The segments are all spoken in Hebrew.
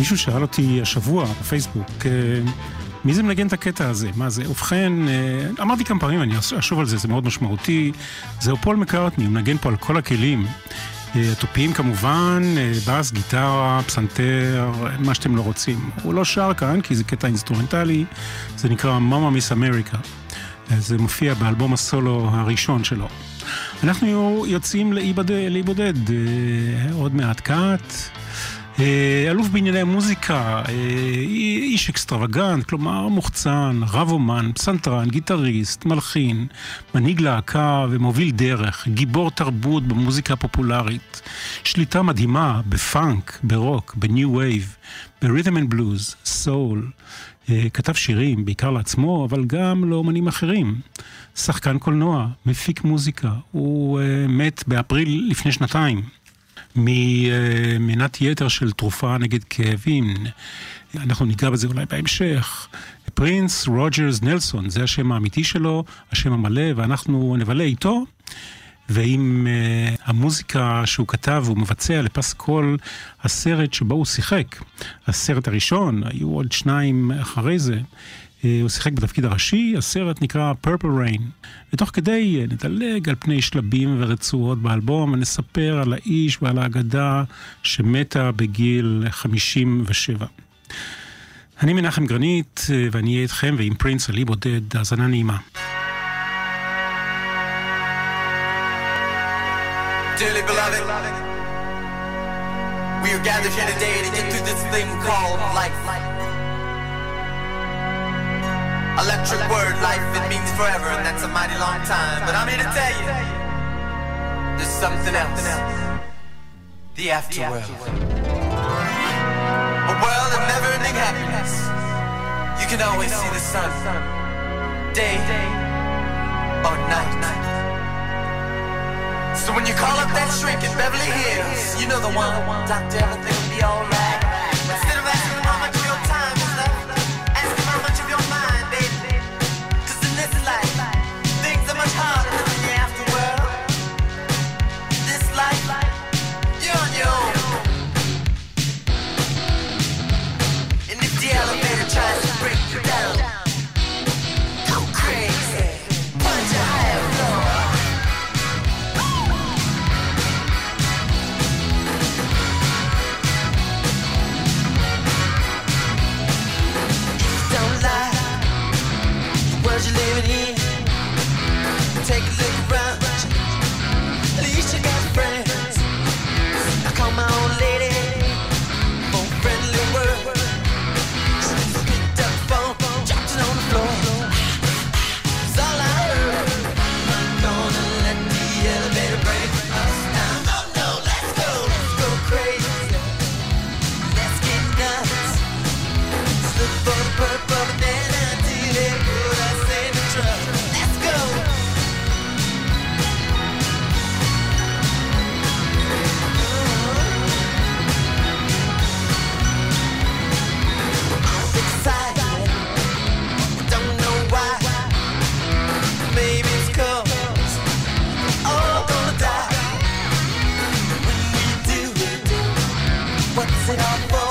מישהו שאל אותי השבוע בפייסבוק, מי זה מנגן את הקטע הזה? מה זה? ובכן, אמרתי כמה פעמים, אני אשוב על זה, זה מאוד משמעותי. זהו פול מקארטני, הוא מנגן פה על כל הכלים. הטופיים כמובן, בס, גיטרה, פסנתר, מה שאתם לא רוצים. הוא לא שר כאן, כי זה קטע אינסטרומנטלי, זה נקרא מאמה מיס אמריקה. זה מופיע באלבום הסולו הראשון שלו. אנחנו יוצאים לאי בודד, עוד מעט קאט. אלוף בענייני מוזיקה, איש אקסטרווגנט, כלומר מוחצן, רב אומן, פסנתרן, גיטריסט, מלחין, מנהיג להקה ומוביל דרך, גיבור תרבות במוזיקה הפופולרית, שליטה מדהימה בפאנק, ברוק, בניו וייב, ברית'ם אנד בלוז, סול, כתב שירים בעיקר לעצמו, אבל גם לאומנים אחרים. שחקן קולנוע, מפיק מוזיקה, הוא מת באפריל לפני 2 ממנת יתר של תרופה נגד כאבים. אנחנו ניגע בזה אולי בהמשך. פרינס רוג'רס נלסון, זה השם האמיתי שלו, השם המלא, ואנחנו נבלה איתו, ועם המוזיקה שהוא כתב ומבצע לפסקול הסרט שבו הוא שיחק. הסרט הראשון, היו עוד 2 אחרי זה, הוא שיחק בתפקיד הראשי, הסרט נקרא Purple Rain. ותוך כדי נדלג על פני שלבים ורצועות באלבום, ונספר על האיש ועל האגדה שמתה בגיל 57. אני מנחם גרנית, ואני אהיה איתכם ועם פרינס על אי בודד, האזנה נעימה. Dearly beloved, we are gathered here today to get through this thing called life. Electric word, life, it means forever, and that's a mighty long time. But I'm here to tell you, there's something else. The afterworld. A world of never-ending happiness. You can always see the sun, day or night. So when you call up that shrink in Beverly Hills, you know the one, doctor, everything will be alright. Instead of asking him how much of your time is left, ask him how much of your mind, baby. Cause in this life, things are much harder than in the afterworld. This life, you're on your own. And if the elevator tries to break you down, go crazy, punch a higher floor. You're living in, take a look around. At least you got friends. I call my old lady for a friendly word. She picked up the phone, dropped it on the floor. It's all I heard. I'm not gonna let the elevator break us down. Oh no, let's go crazy. Let's get nuts. Let's look for the purple banana till it put us in the truck. Let's go. I'm excited. Don't know why. Maybe it's 'cause we're all gonna die. When we do, what's it all for?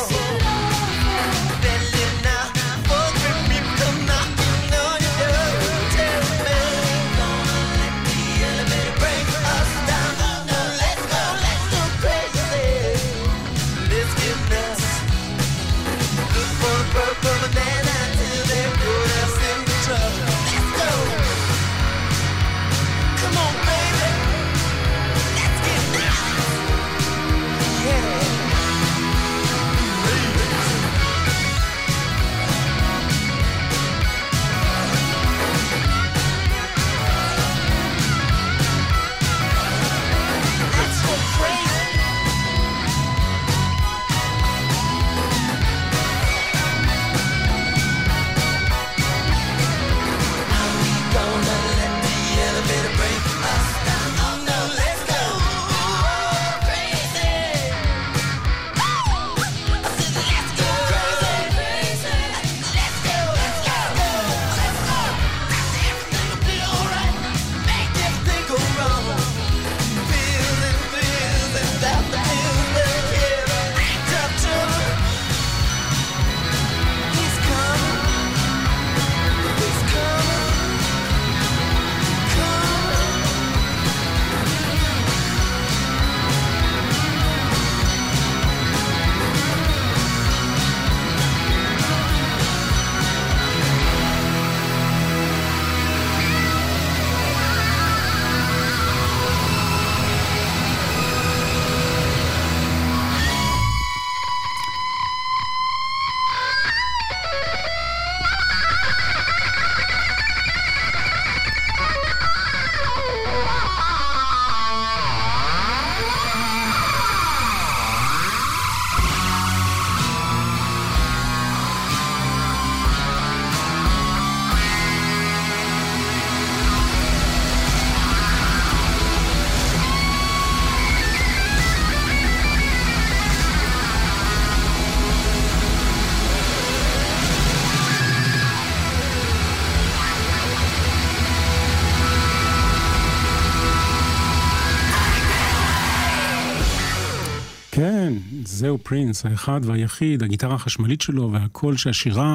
כן, זהו פרינס, האחד והיחיד, הגיטרה החשמלית שלו והקול שהשירה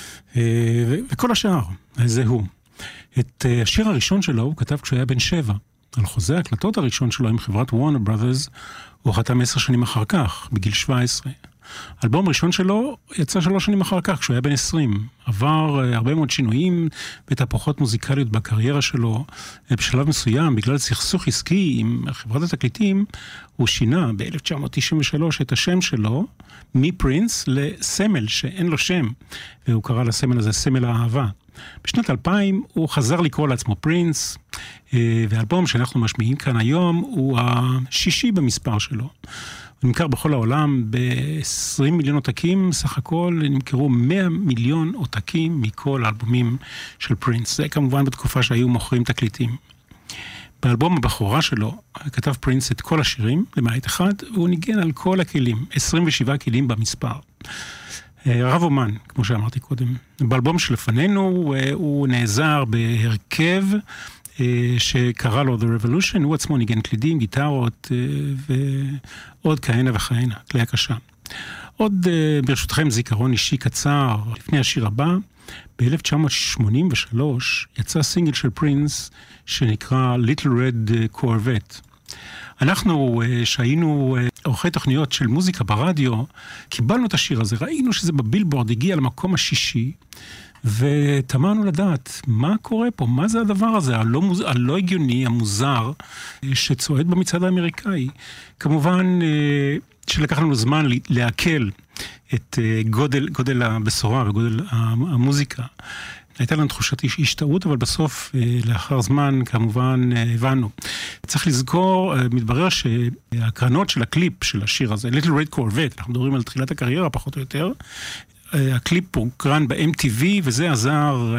וכל השאר, זה הוא. את השיר הראשון שלו הוא כתב כשהוא היה בן 7. על חוזה ההקלטות הראשון שלו עם חברת וורנר בראדרס הוא חתם 10 שנים אחר כך, בגיל 17. האלבום הראשון שלו יצא 3 שנים אחר כך, כשהוא היה בן 20. עבר הרבה מאוד שינויים ותהפוכות מוזיקליות בקריירה שלו. בשלב מסוים, בגלל סכסוך עסקי עם חברת התקליטים, הוא שינה ב-1993 את השם שלו מפרינס לסמל שאין לו שם, והוא קרא לסמל הזה סמל האהבה. בשנת 2000 הוא חזר לקרוא לעצמו פרינס, והאלבום שאנחנו משמיעים כאן היום הוא השישי במספר שלו. הוא נמכר בכל העולם ב-20 מיליון עותקים, סך הכל נמכרו 100 מיליון עותקים מכל האלבומים של פרינס. זה כמובן בתקופה שהיו מוכרים תקליטים. באלבום הבכורה שלו כתב פרינס את כל השירים, למעט אחד, והוא ניגן על כל הכלים, 27 כלים במספר. רב אומן, כמו שאמרתי קודם. באלבום שלפנינו הוא נעזר בהרכב שקרא לו The Revolution, הוא עצמו ניגן קלידים, גיטרות ועוד כהנה וכהנה, כלי הקשה. עוד ברשותכם זיכרון אישי קצר, לפני השיר הבא, ב-1983 יצא סינגל של פרינס שנקרא Little Red Corvette. אנחנו שהיינו עורכי תוכניות של מוזיקה ברדיו, קיבלנו את השיר הזה, ראינו שזה בבילבורד הגיע למקום השישי, ותמרנו לדעת מה קורה פה, מה זה הדבר הזה, הלא הגיוני, המוזר, שצועד במצעד האמריקאי. כמובן שלקח לנו זמן להקל את גודל הבשורה וגודל המוזיקה. הייתה לנו תחושת השתאות, אבל בסוף, לאחר זמן, כמובן, הבנו. צריך לזכור, מתברר שהקרנות של הקליפ של השיר הזה, Little Red Corvette, אנחנו מדברים על תחילת הקריירה, פחות או יותר, הקליפ הוא קרן ב-MTV, וזה עזר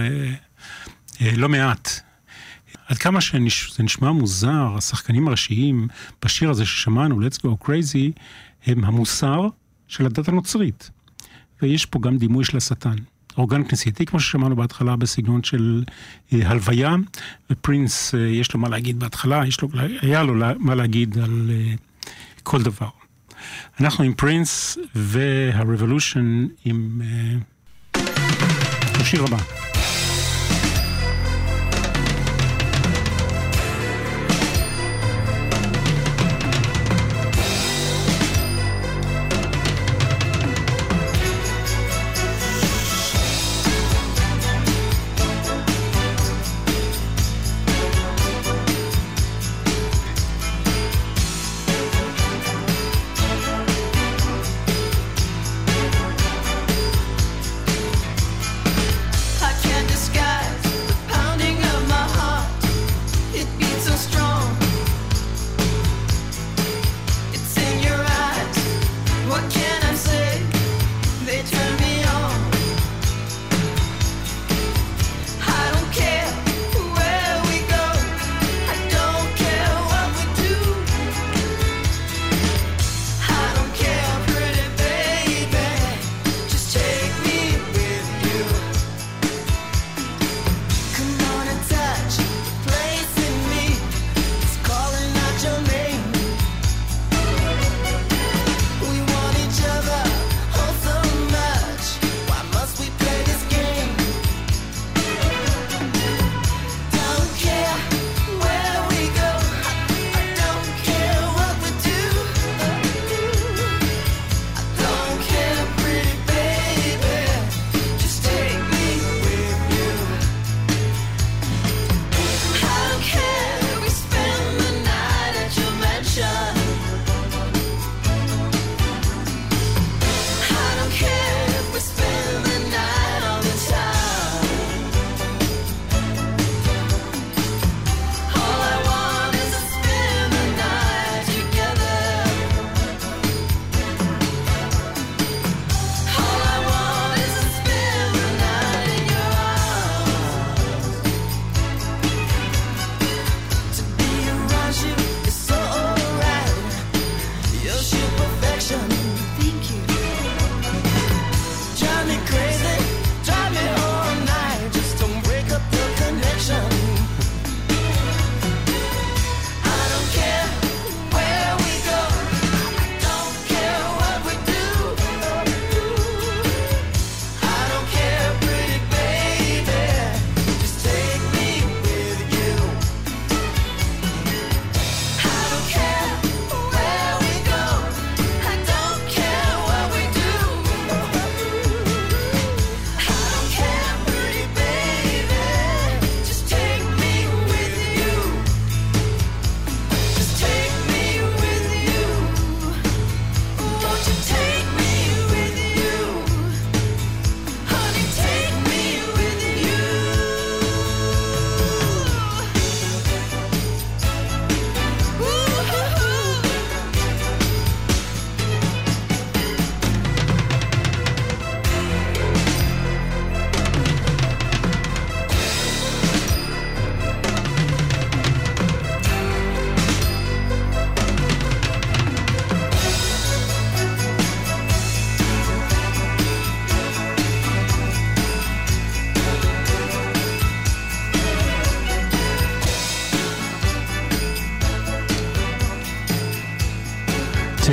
לא מעט. עד כמה שזה נשמע מוזר, השחקנים הראשיים בשיר הזה ששמענו, Let's Go Crazy, הם המוסר של הדת הנוצרית. ויש פה גם דימוי של השטן. אורגן כנסייתי, כמו ששמענו בהתחלה, בסגנון של הלוויה, ופרינס יש לו מה להגיד בהתחלה, היה לו מה להגיד על כל דבר. אנחנו עם פרינס והרבולושן עם השיר הבא.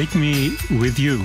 Take Me With You.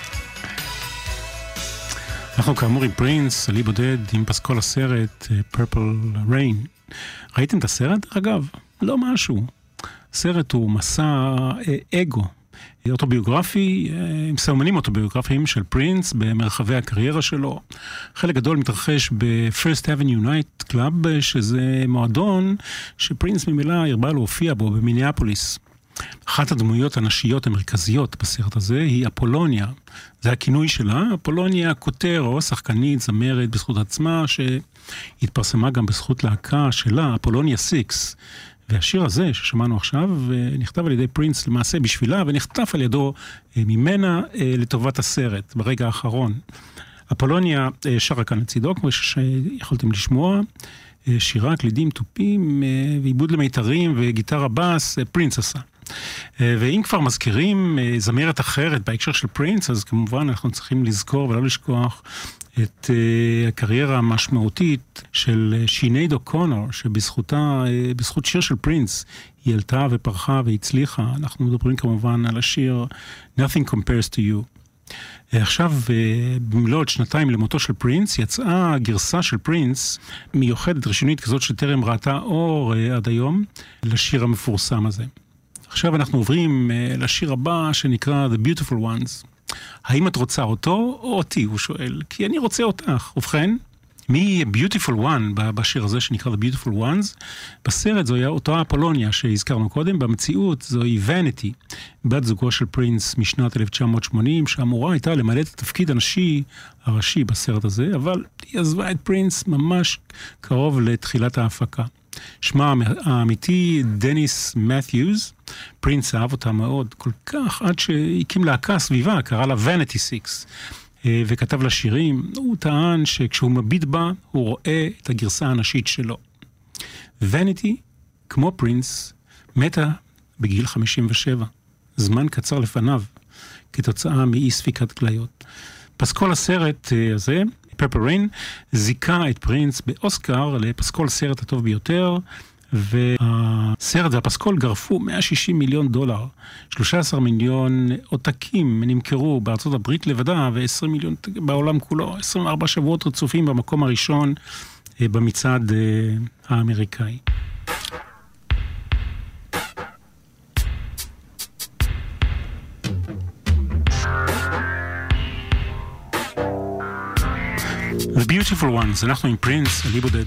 אנחנו כאמור עם פרינס, עלי בודד, עם פסקול הסרט Purple Rain. ראיתם את הסרט? אגב, לא משהו. הסרט הוא מסע אגו, אוטוביוגרפי, עם סאומנים אוטוביוגרפיים של פרינס במרחבי הקריירה שלו. חלק גדול מתרחש ב-First Avenue Night Club, שזה מועדון שפרינס ממילא הרבה להופיע בו במיניאפוליס. אחת הדמויות הנשיות המרכזיות בסרט הזה היא אפולוניה. זה הכינוי שלה, אפולוניה כותר או שחקנית, זמרת בזכות עצמה, שהתפרסמה גם בזכות להקה שלה, אפולוניה 6. והשיר הזה ששמענו עכשיו נכתב על ידי פרינס למעשה בשבילה, ונחטף על ידו ממנה לטובת הסרט ברגע האחרון. אפולוניה שרה כאן לצידו, כמו שיכולתם לשמוע, שירה, קלידים, טופים, ועיבוד למיתרים וגיטרה בס, פרינס עשה. ואם כבר מזכירים זמרת אחרת בהקשר של פרינס, אז כמובן אנחנו צריכים לזכור ולא לשכוח את הקריירה המשמעותית של שינייד אוקונור, שבזכותה, בזכות שיר של פרינס, היא עלתה ופרחה והצליחה. אנחנו מדברים כמובן על השיר Nothing Compares to You. עכשיו, במלאת שנתיים למותו של פרינס, יצאה גרסה של פרינס, מיוחדת, ראשונית כזאת שטרם ראתה אור עד היום, לשיר המפורסם הזה. עכשיו אנחנו עוברים לשיר הבא שנקרא The Beautiful Ones. האם את רוצה אותו או אותי, הוא שואל, כי אני רוצה אותך. ובכן, מי Beautiful One בשיר הזה שנקרא The Beautiful Ones? בסרט זו היה אותה אפולוניה שהזכרנו קודם, במציאות זוהי Vanity, בת זוגו של פרינס משנת 1980, שאמורה הייתה למלא את התפקיד הראשי בסרט הזה, אבל היא עזבה את פרינס ממש קרוב לתחילת ההפקה. שמה האמיתי דניס מת'יוז, פרינס אהב אותה מאוד, כל כך עד שהקים להקה סביבה, קרא לה Vanity 6, וכתב לה שירים. הוא טען שכשהוא מביט בה, הוא רואה את הגרסה הנשית שלו. Vanity, כמו פרינס, מתה בגיל 57, זמן קצר לפניו, כתוצאה מאי ספיקת כליות. פסקול הסרט הזה, Purple Rain, זיכה את פרינס באוסקר לפסקול סרט הטוב ביותר, והסרט והפסקול גרפו $160 מיליון, 13 מיליון עותקים נמכרו בארצות הברית לבדה, ו20 מיליון בעולם כולו, 24 שבועות רצופים במקום הראשון במצעד האמריקאי. The Beautiful Ones, אנחנו עם פרינס, עלי בודד.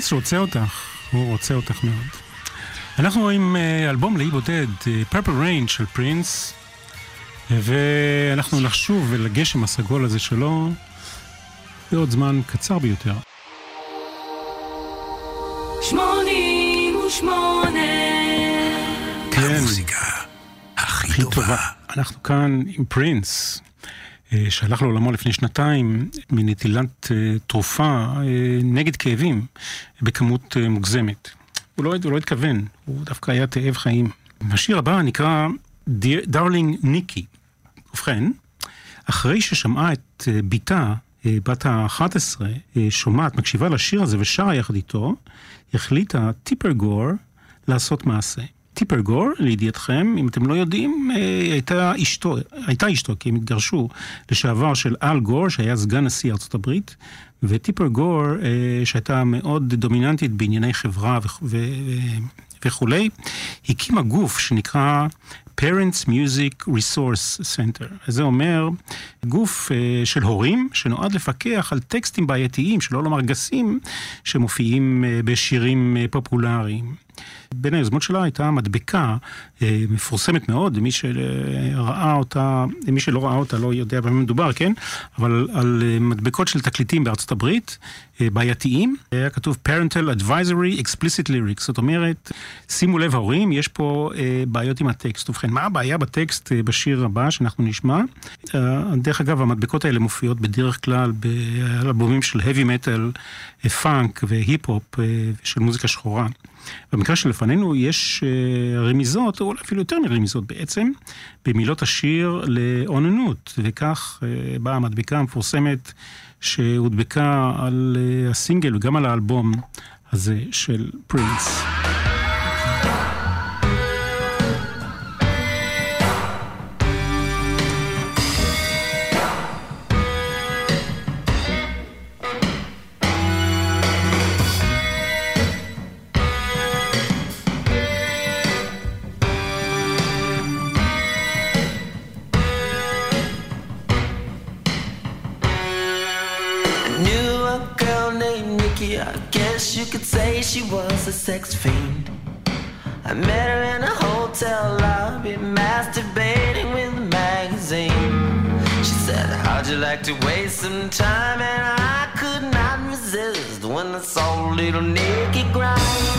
פרינס רוצה אותך, הוא רוצה אותך מאוד. אנחנו רואים אלבום לאי בודד, Purple Rain של פרינס, ואנחנו נחשוב לגשם הסגול הזה שלו בעוד זמן קצר ביותר. 88 כן, המוזיקה הכי טובה. אנחנו כאן עם פרינס, שהלך לעולמו לפני שנתיים מנטילת תרופה נגד כאבים בכמות מוגזמת. הוא לא התכוון, הוא דווקא היה תאב חיים. השיר הבא נקרא Darling Nikki. ובכן, אחרי ששמעה את ביתה, בת ה-11, מקשיבה לשיר הזה ושרה יחד איתו, החליטה טיפר גור לעשות מעשה. טיפר גור, לידיעתכם, אם אתם לא יודעים, הייתה אשתו, כי הם התגרשו לשעבר של אל גור, שהיה סגן נשיא ארצות הברית, וטיפר גור, שהייתה מאוד דומיננטית בענייני חברה וכולי, הקימה גוף שנקרא Parents Music Resource Center. זה אומר גוף של הורים שנועד לפקח על טקסטים בעייתיים, שלא לומר גסים, שמופיעים בשירים פופולריים. בין היוזמות שלה הייתה מדבקה מפורסמת מאוד, מי שראה אותה, מי שלא ראה אותה לא יודע במה מדובר, כן? אבל על מדבקות של תקליטים בארצות הברית, בעייתיים, היה כתוב Parental Advisory Explicit Lyrics, זאת אומרת, שימו לב ההורים, יש פה בעיות עם הטקסט. ובכן, מה הבעיה בטקסט בשיר הבא שאנחנו נשמע? דרך אגב, המדבקות האלה מופיעות בדרך כלל באלבומים של heavy metal, פאנק והיפ-הופ של מוזיקה שחורה. במקרה שלפנינו יש רמיזות, או אפילו יותר מרמיזות בעצם, במילות השיר לאוננות, וכך באה המדבקה המפורסמת שהודבקה על הסינגל וגם על האלבום הזה של פרינס. I guess you could say she was a sex fiend. I met her in a hotel lobby, masturbating with a magazine. She said, how'd you like to waste some time? And I could not resist when I saw little Nikki grind.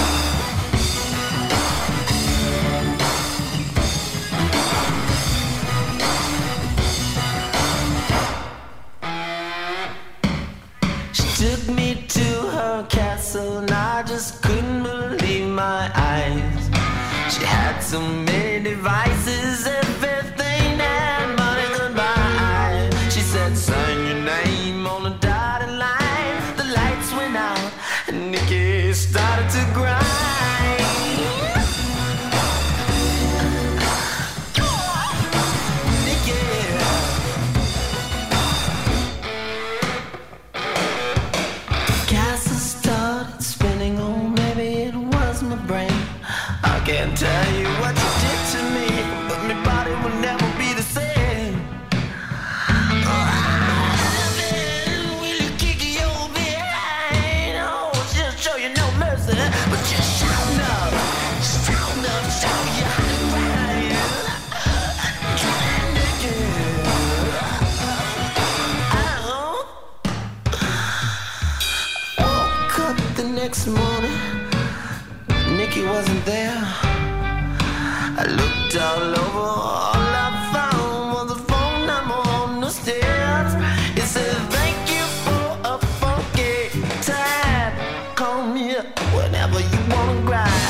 Took me to her castle and I just couldn't believe my eyes. She had so many devices, everything that money could buy. She said, sign your name on a dotted line. The lights went out and Nikki started to grind. Can't tell you what you did to me, but my body will never be the same. Will you kick your behind? Oh, just show you no mercy, but just shout enough, shout enough, show you how to grind. Woke up the next morning, Nikki wasn't there. I looked all over, all I found was a phone number on the stairs. It said, thank you for a funky time. Call me up whenever you wanna grind.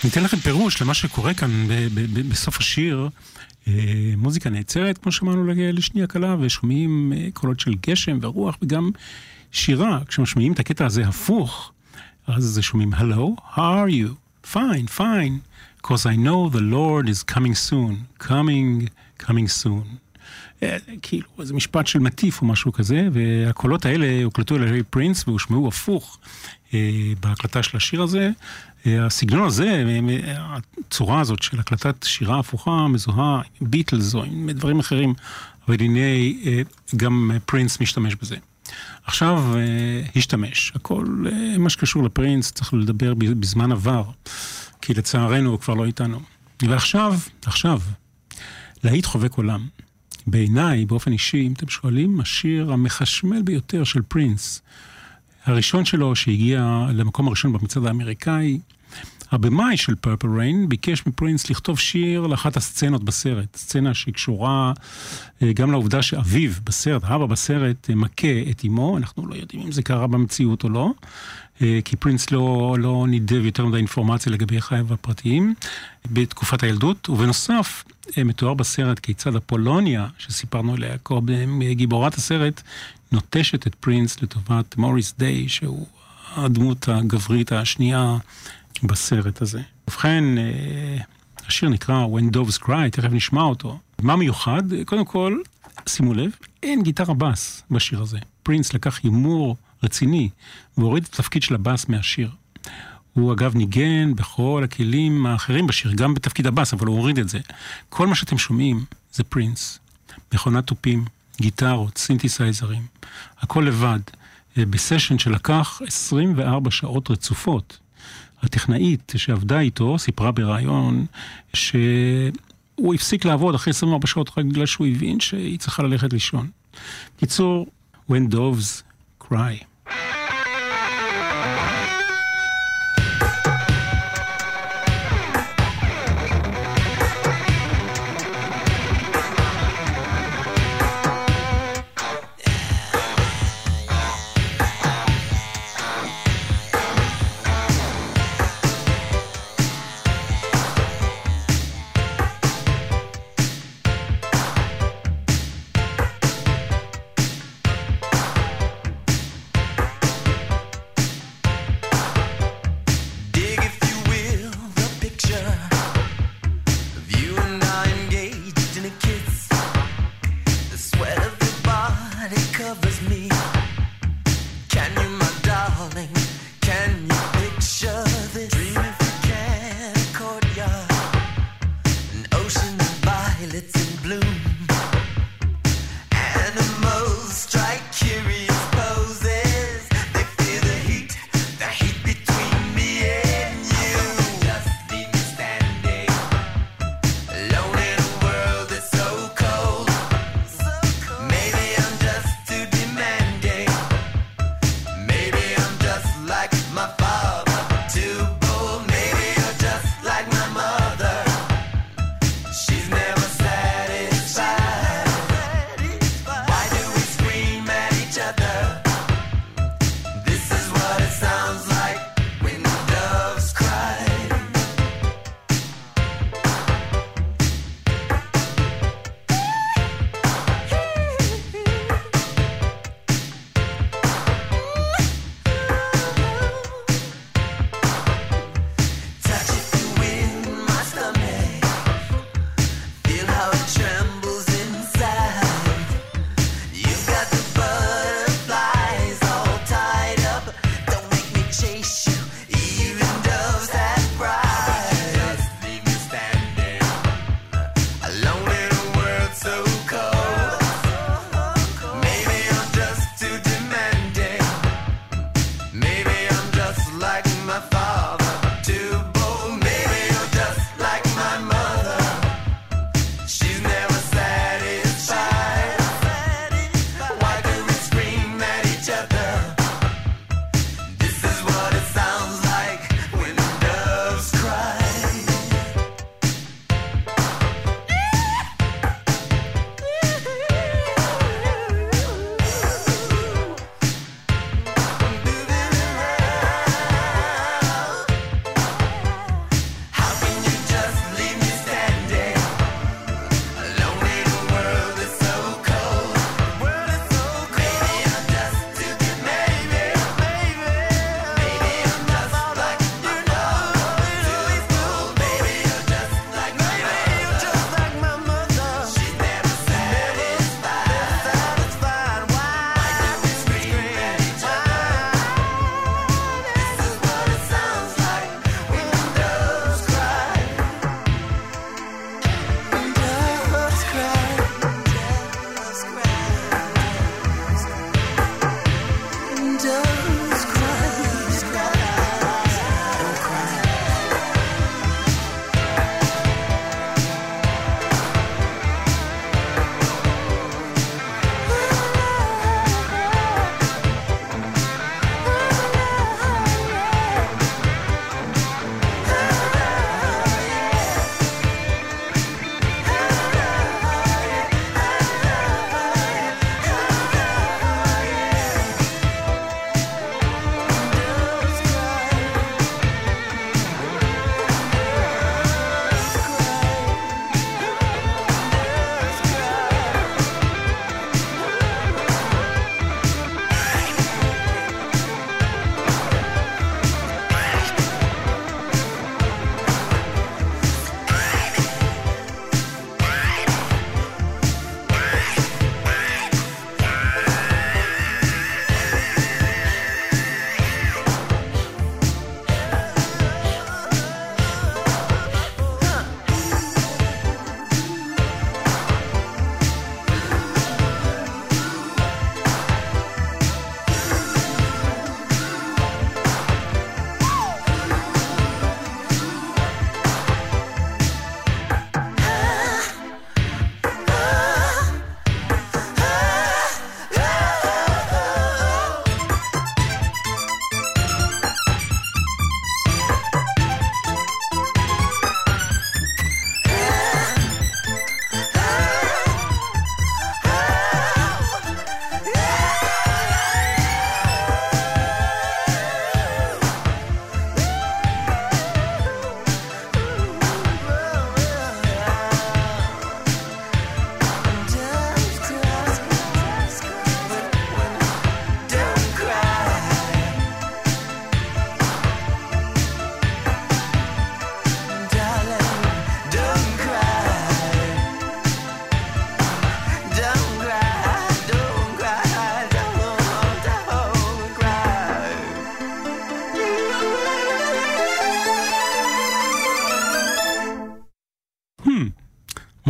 ניתן לכם פירוש למה שקורה כאן בסוף השיר. מוזיקה נעצרת, כמו שמענו לשנייה קלה, ושומעים קולות של גשם ורוח, וגם שירה. כשמשמיעים את הקטע הזה הפוך, אז שומעים, Hello, how are you? Fine, fine, because I know the Lord is coming soon. coming soon. כאילו, זה משפט של מטיף או משהו כזה, והקולות האלה הוקלטו על ידי פרינס, והושמעו הפוך בהקלטה של השיר הזה. הסגנון הזה, הצורה הזאת של הקלטת שירה הפוכה, מזוהה ביטלס או עם דברים אחרים, אבל הנה גם פרינס משתמש בזה. עכשיו השתמש. הכל מה שקשור לפרינס צריך לדבר בזמן עבר, כי לצערנו הוא כבר לא איתנו. ועכשיו, להיט חובק עולם. בעיניי, באופן אישי, אם אתם שואלים, השיר המחשמל ביותר של פרינס, הראשון שלו שהגיע למקום הראשון במצעד האמריקאי, הבמאי של פרפל ריין ביקש מפרינס לכתוב שיר לאחת הסצנות בסרט, סצנה שקשורה גם לעובדה שאביו בסרט, אבא בסרט, מכה את אמו, אנחנו לא יודעים אם זה קרה במציאות או לא, כי פרינס לא נידב יותר מדי אינפורמציה לגבי חייו הפרטיים בתקופת הילדות, ובנוסף מתואר בסרט כיצד אפולוניה, שסיפרנו עליה, גיבורת הסרט, נוטשת את פרינס לטובת מוריס דיי, שהוא הדמות הגברית השנייה בסרט הזה. ובכן, השיר נקרא When Doves Cry, תכף נשמע אותו. מה מיוחד? קודם כל, שימו לב, אין גיטרה בס בשיר הזה. פרינס לקח הימור רציני, והוריד את התפקיד של הבס מהשיר. הוא אגב ניגן בכל הכלים האחרים בשיר, גם בתפקיד הבס, אבל הוא הוריד את זה. כל מה שאתם שומעים זה פרינס. מכונת תופים, גיטרות, סינתסייזרים, הכל לבד, בסשן שלקח 24 שעות רצופות. הטכנאית שעבדה איתו סיפרה ברעיון שהוא הפסיק לעבוד אחרי 24 שעות רק בגלל שהוא הבין שהיא צריכה ללכת לישון. קיצור, When Doves Cry.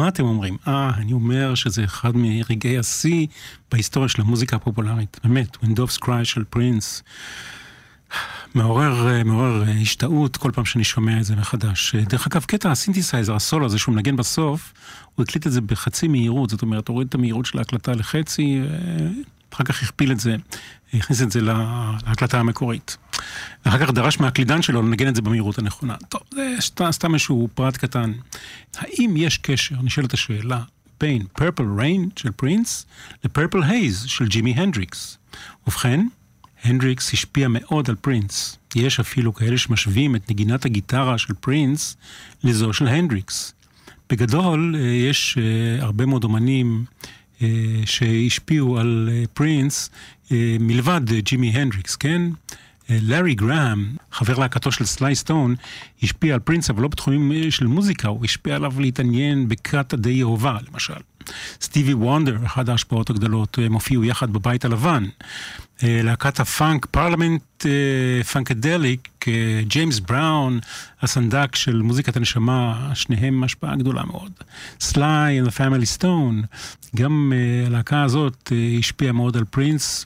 מה אתם אומרים? אני אומר שזה אחד מרגעי השיא בהיסטוריה של המוזיקה הפופולרית. באמת, When Doves Cry של פרינס. מעורר השתאות כל פעם שאני שומע את זה מחדש. דרך אגב, קטע הסינתסייזר, הסולו הזה שהוא מנגן בסוף, הוא הקליט את זה בחצי מהירות, זאת אומרת, הוריד את המהירות של ההקלטה לחצי, אחר כך הכפיל את זה, הכניס את זה להקלטה המקורית. ואחר כך דרש מהקלידן שלו לנגן את זה במהירות הנכונה. טוב, זה סתם איזשהו פרט קטן. האם יש קשר, נשאלת השאלה, בין Purple Rain של פרינס ל-Purple Haze של ג'ימי הנדריקס? ובכן, הנדריקס השפיע מאוד על פרינס. יש אפילו כאלה שמשווים את נגינת הגיטרה של פרינס לזו של הנדריקס. בגדול, יש הרבה מאוד אומנים שהשפיעו על פרינס מלבד ג'ימי הנדריקס, כן? לארי גראם, חבר להקתו של סליי סטון, השפיע על פרינס, אבל לא בתחומים של מוזיקה, הוא השפיע עליו להתעניין בכת עדי יהובה, למשל. סטיבי וונדר, אחד ההשפעות הגדולות, הם הופיעו יחד בבית הלבן. להקת הפאנק, פרלמנט פאנקדליק, ג'יימס בראון, הסנדק של מוזיקת הנשמה, שניהם השפעה גדולה מאוד. סליי and the Family Stone, גם הלהקה הזאת השפיעה מאוד על פרינס,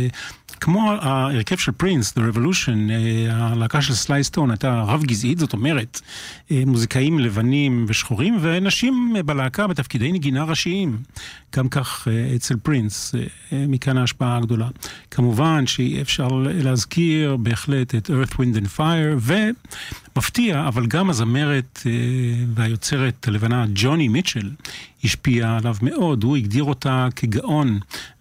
כמו ההרכב של פרינס, The Revolution, הלהקה של סליי סטון הייתה רב גזעית, זאת אומרת, מוזיקאים לבנים ושחורים, ונשים בלהקה בתפקידי נגינה ראשיים. גם כך אצל פרינס, מכאן ההשפעה הגדולה. כמובן שאפשר להזכיר בהחלט את Earth, Wind and Fire, ומפתיע, אבל גם הזמרת והיוצרת הלבנה ג'וני מיטשל השפיעה עליו מאוד, הוא הגדיר אותה כגאון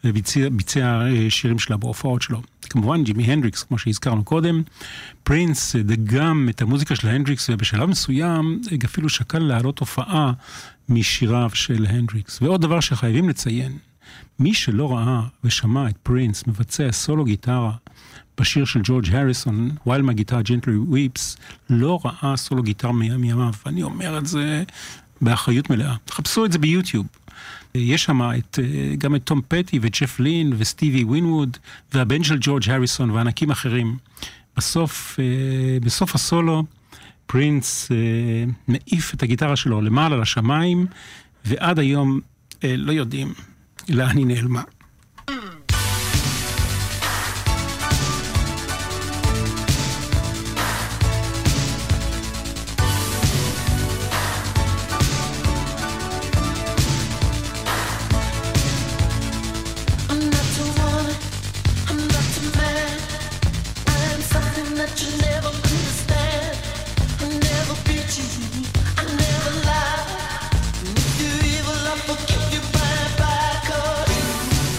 וביצע שירים שלה בהופעות שלו. כמובן ג'ימי הנדריקס, כמו שהזכרנו קודם, פרינס דגם את המוזיקה של הנדריקס, ובשלב מסוים אפילו שקל להעלות הופעה משיריו של הנדריקס. ועוד דבר שחייבים לציין, מי שלא ראה ושמע את פרינס מבצע סולו גיטרה בשיר של ג'ורג' הריסון, While My Guitar Gently Weeps, לא ראה סולו גיטרה מימיו, ואני אומר את זה באחריות מלאה. תחפשו את זה ביוטיוב. יש שם גם את תום פטי וג'ף לין וסטיבי ווינווד והבן של ג'ורג' הריסון וענקים אחרים. בסוף הסולו פרינס מעיף את הגיטרה שלו למעלה לשמיים, ועד היום לא יודעים לאן היא נעלמה. You evil, I forgive you, bye bye, 'cause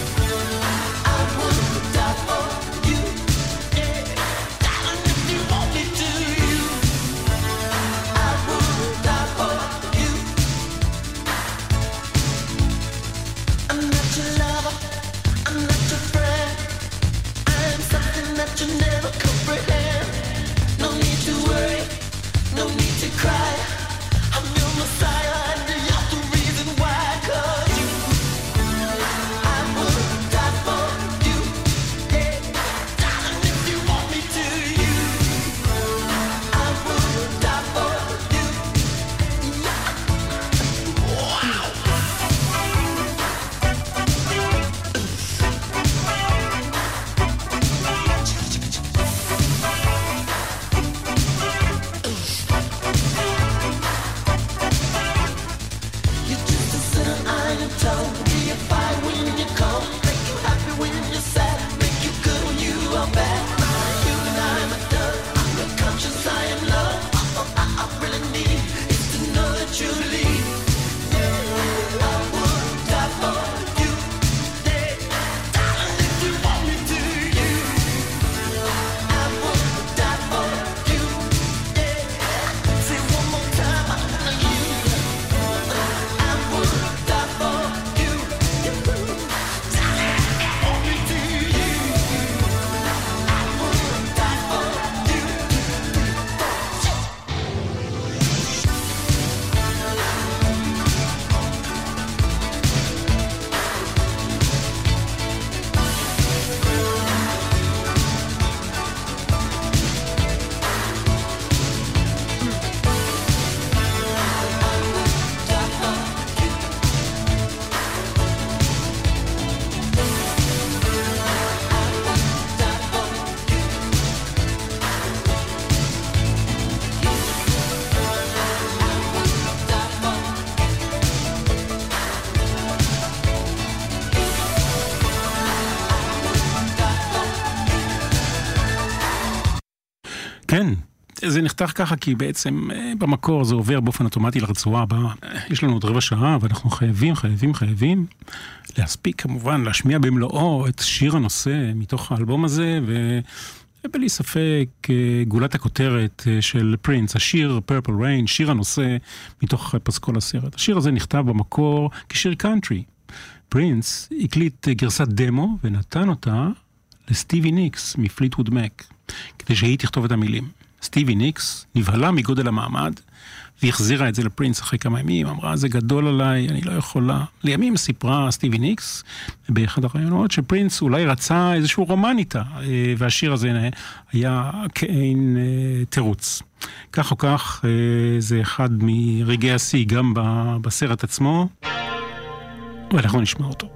כן, זה נכתב ככה כי בעצם במקור זה עובר באופן אוטומטי לרצועה הבאה. יש לנו עוד רבע שעה ואנחנו חייבים להספיק כמובן להשמיע במלואו את שיר הנושא מתוך האלבום הזה, ובלי ספק גולת הכותרת של פרינס, השיר Purple Rain, שיר הנושא מתוך פסקול הסרט. השיר הזה נכתב במקור כשיר קאנטרי. פרינס הקליט גרסת דמו ונתן אותה לסטיבי ניקס מפליטווד מק, כדי שהיא תכתוב את המילים. סטיבי ניקס נבהלה מגודל המעמד, והחזירה את זה לפרינס אחרי כמה ימים, אמרה, זה גדול עליי, אני לא יכולה. לימים סיפרה סטיבי ניקס, באחד הרעיונות, שפרינס אולי רצה איזשהו רומן איתה, והשיר הזה היה כאין תירוץ. כך או כך, זה אחד מרגעי השיא גם בסרט עצמו, ואנחנו נשמע אותו.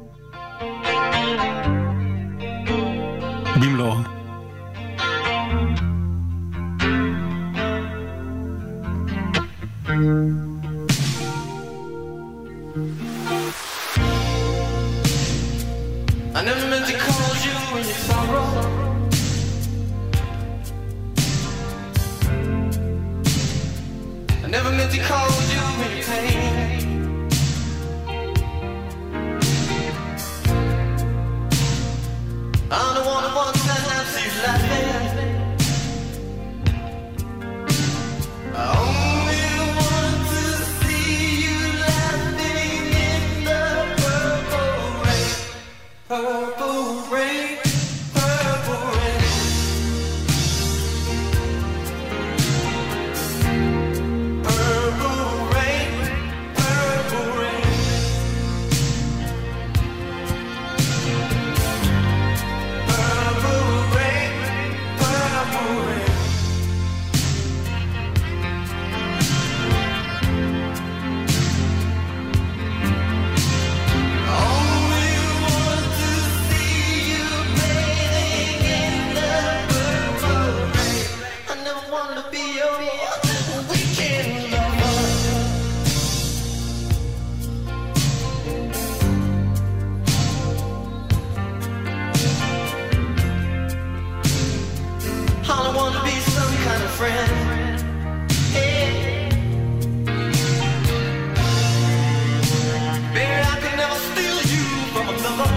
במלואו. I never meant to call you in your sorrow. I never meant to call you in your pain. I'm the one who wants that now sees laughing. I only want to see you laughing in the purple rain. Purple rain, purple rain. Purple rain, purple rain. Purple rain, purple rain. Only want to see you bathing in the purple rain. I never want to be your weekend lover. I don't want to be some kind of friend. Hey. Baby, I could never steal you from another.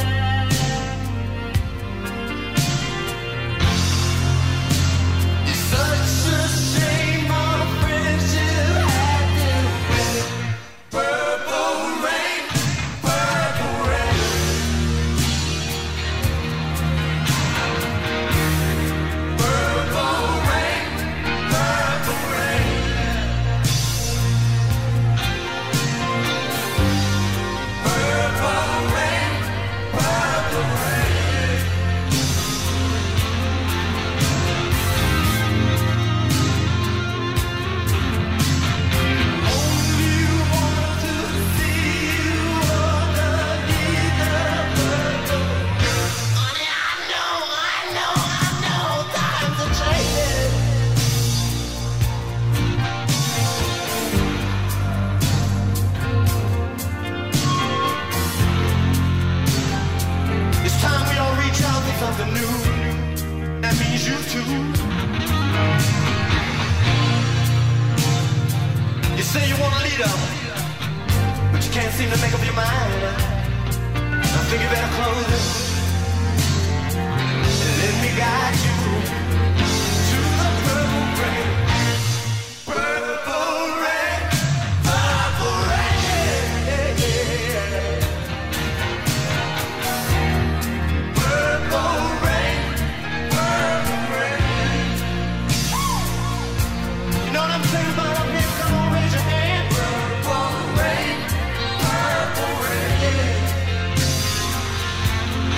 It's such a shame our friendship had to end. Purple rain, purple rain. Purple rain, purple rain. Purple rain, purple rain. Only want to see you underneath the purple. Honey, I know, times are changing. It's time we all reach out for something new. That means you too. You say you want a leader, but you can't seem to make up your mind. I think you better close it and let me guide you to the purple rain. Purple rain, purple rain. Purple rain, purple rain. You know what I'm saying about up here? Come on, raise your hand. Purple rain, purple rain.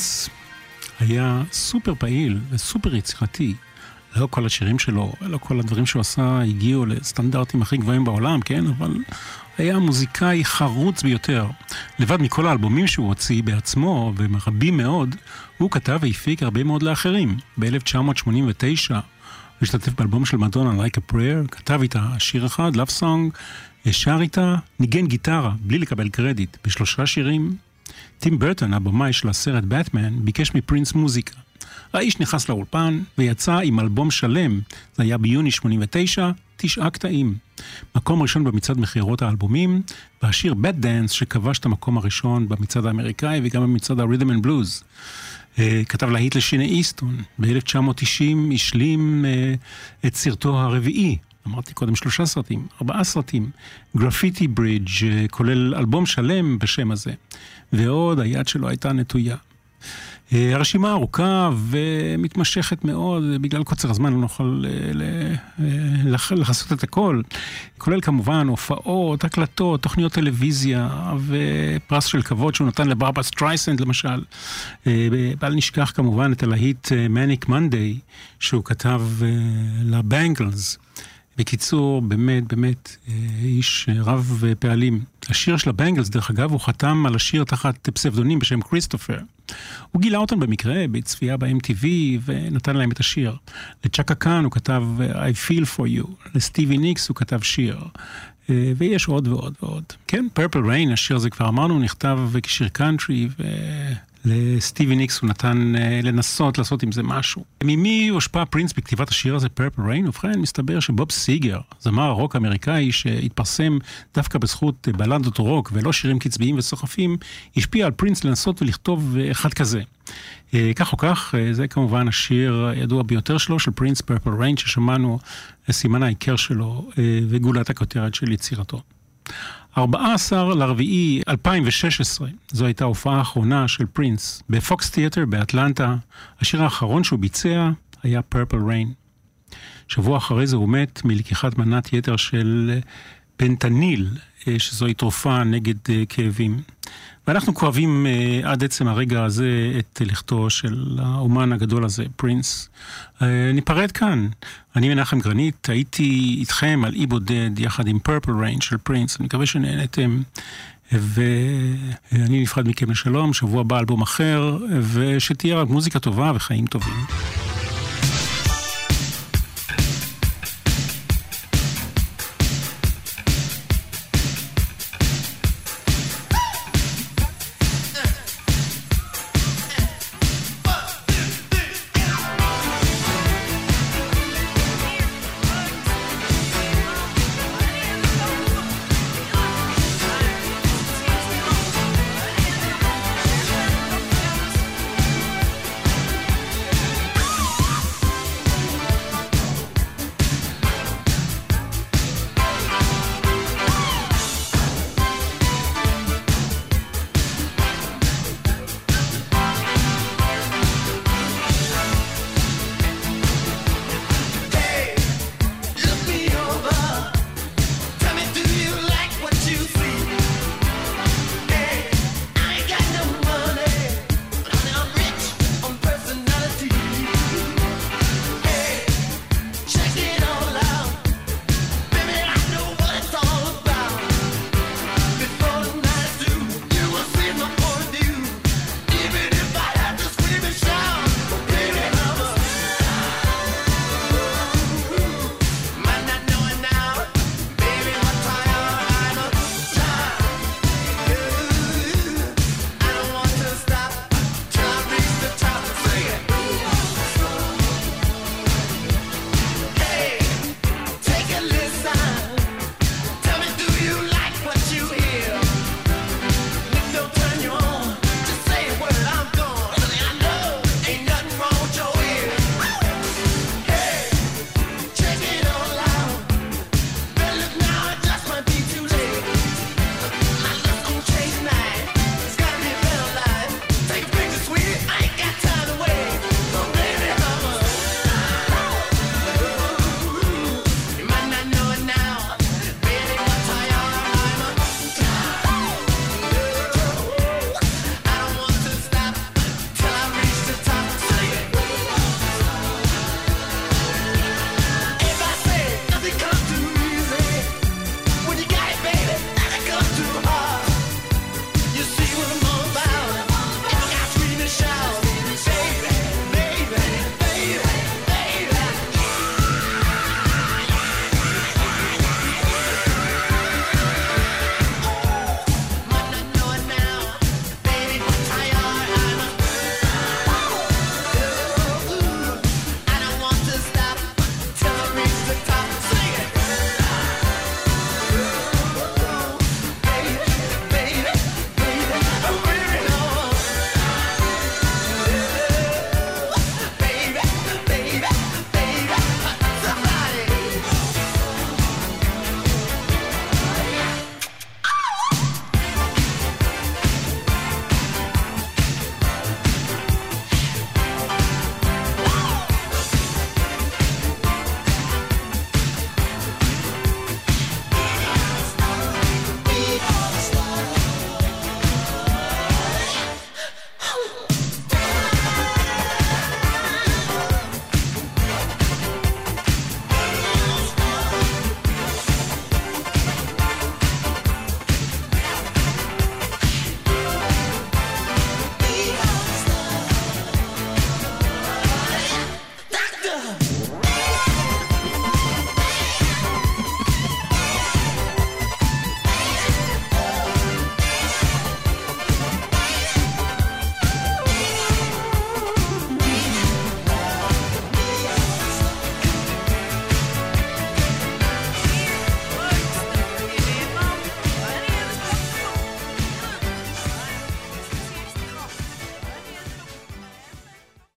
פרינס היה סופר פעיל וסופר יצירתי. לא כל השירים שלו, לא כל הדברים שהוא עשה הגיעו לסטנדרטים הכי גבוהים בעולם, כן? אבל היה מוזיקאי חרוץ ביותר. לבד מכל האלבומים שהוא הוציא בעצמו, ומרבים מאוד, הוא כתב והפיק הרבה מאוד לאחרים. ב-1989, הוא השתתף באלבום של מדונה, Like a Prayer, כתב איתה שיר אחד, Love Song, שר איתה, ניגן גיטרה, בלי לקבל קרדיט, ב3 שירים. טים ברטון, הבמאי של הסרט באטמן, ביקש מפרינס מוזיקה. האיש נכנס לאולפן ויצא עם אלבום שלם, זה היה ביוני 89, 9 קטעים. מקום ראשון במצעד מחירות האלבומים, והשיר Bad Dance שכבש את המקום הראשון במצעד האמריקאי וגם במצעד ה-Rhythm and Blues. כתב להיט לשיני איסטון, ב-1990 השלים את סרטו הרביעי, אמרתי קודם 3 סרטים, 4 סרטים, גרפיטי ברידג' כולל אלבום שלם בשם הזה, ועוד היד שלו הייתה נטויה. הרשימה ארוכה ומתמשכת מאוד, בגלל קוצר הזמן לא נוכל לחסות את הכל, כולל כמובן הופעות, הקלטות, תוכניות טלוויזיה ופרס של כבוד שהוא נתן לברברה סטרייסנד למשל. בל נשכח כמובן את הלהיט Manic Monday שהוא כתב לבנגלס. בקיצור, באמת, איש רב פעלים. השיר של הבנגלס, דרך אגב, הוא חתם על השיר תחת פסבדונים בשם כריסטופר. הוא גילה אותם במקרה, בצפייה ב-MTV, ונתן להם את השיר. לצ'קה קאן הוא כתב I Feel For You. לסטיבי ניקס הוא כתב שיר. ויש עוד ועוד ועוד. כן, Purple Rain, השיר הזה כבר אמרנו, נכתב כשיר קאנטרי, לסטיבי ניקס הוא נתן לנסות לעשות עם זה משהו. ממי הושפע פרינס בכתיבת השיר הזה, Purple Rain? ובכן, מסתבר שבוב סיגר, זמר הרוק האמריקאי שהתפרסם דווקא בזכות בלדות רוק ולא שירים קצביים וסוחפים, השפיע על פרינס לנסות ולכתוב אחד כזה. כך או כך, זה כמובן השיר הידוע ביותר שלו, של פרינס, Purple Rain, ששמענו סימן העיקר שלו וגולת הכותרת של יצירתו. 14/4/2016, זו הייתה ההופעה האחרונה של פרינס בפוקס תיאטר באטלנטה. השיר האחרון שהוא ביצע היה Purple Rain. שבוע אחרי זה הוא מת מלקיחת מנת יתר של פנטניל, שזוהי תרופה נגד כאבים. ואנחנו כואבים עד עצם הרגע הזה את לכתו של האומן הגדול הזה, פרינס. ניפרד כאן. אני מנחם גרנית, הייתי איתכם על אי בודד יחד עם Purple Rain של פרינס. אני מקווה שנהנתם, ואני נפרד מכם לשלום, שבוע הבא אלבום אחר, ושתהיה רק מוזיקה טובה וחיים טובים.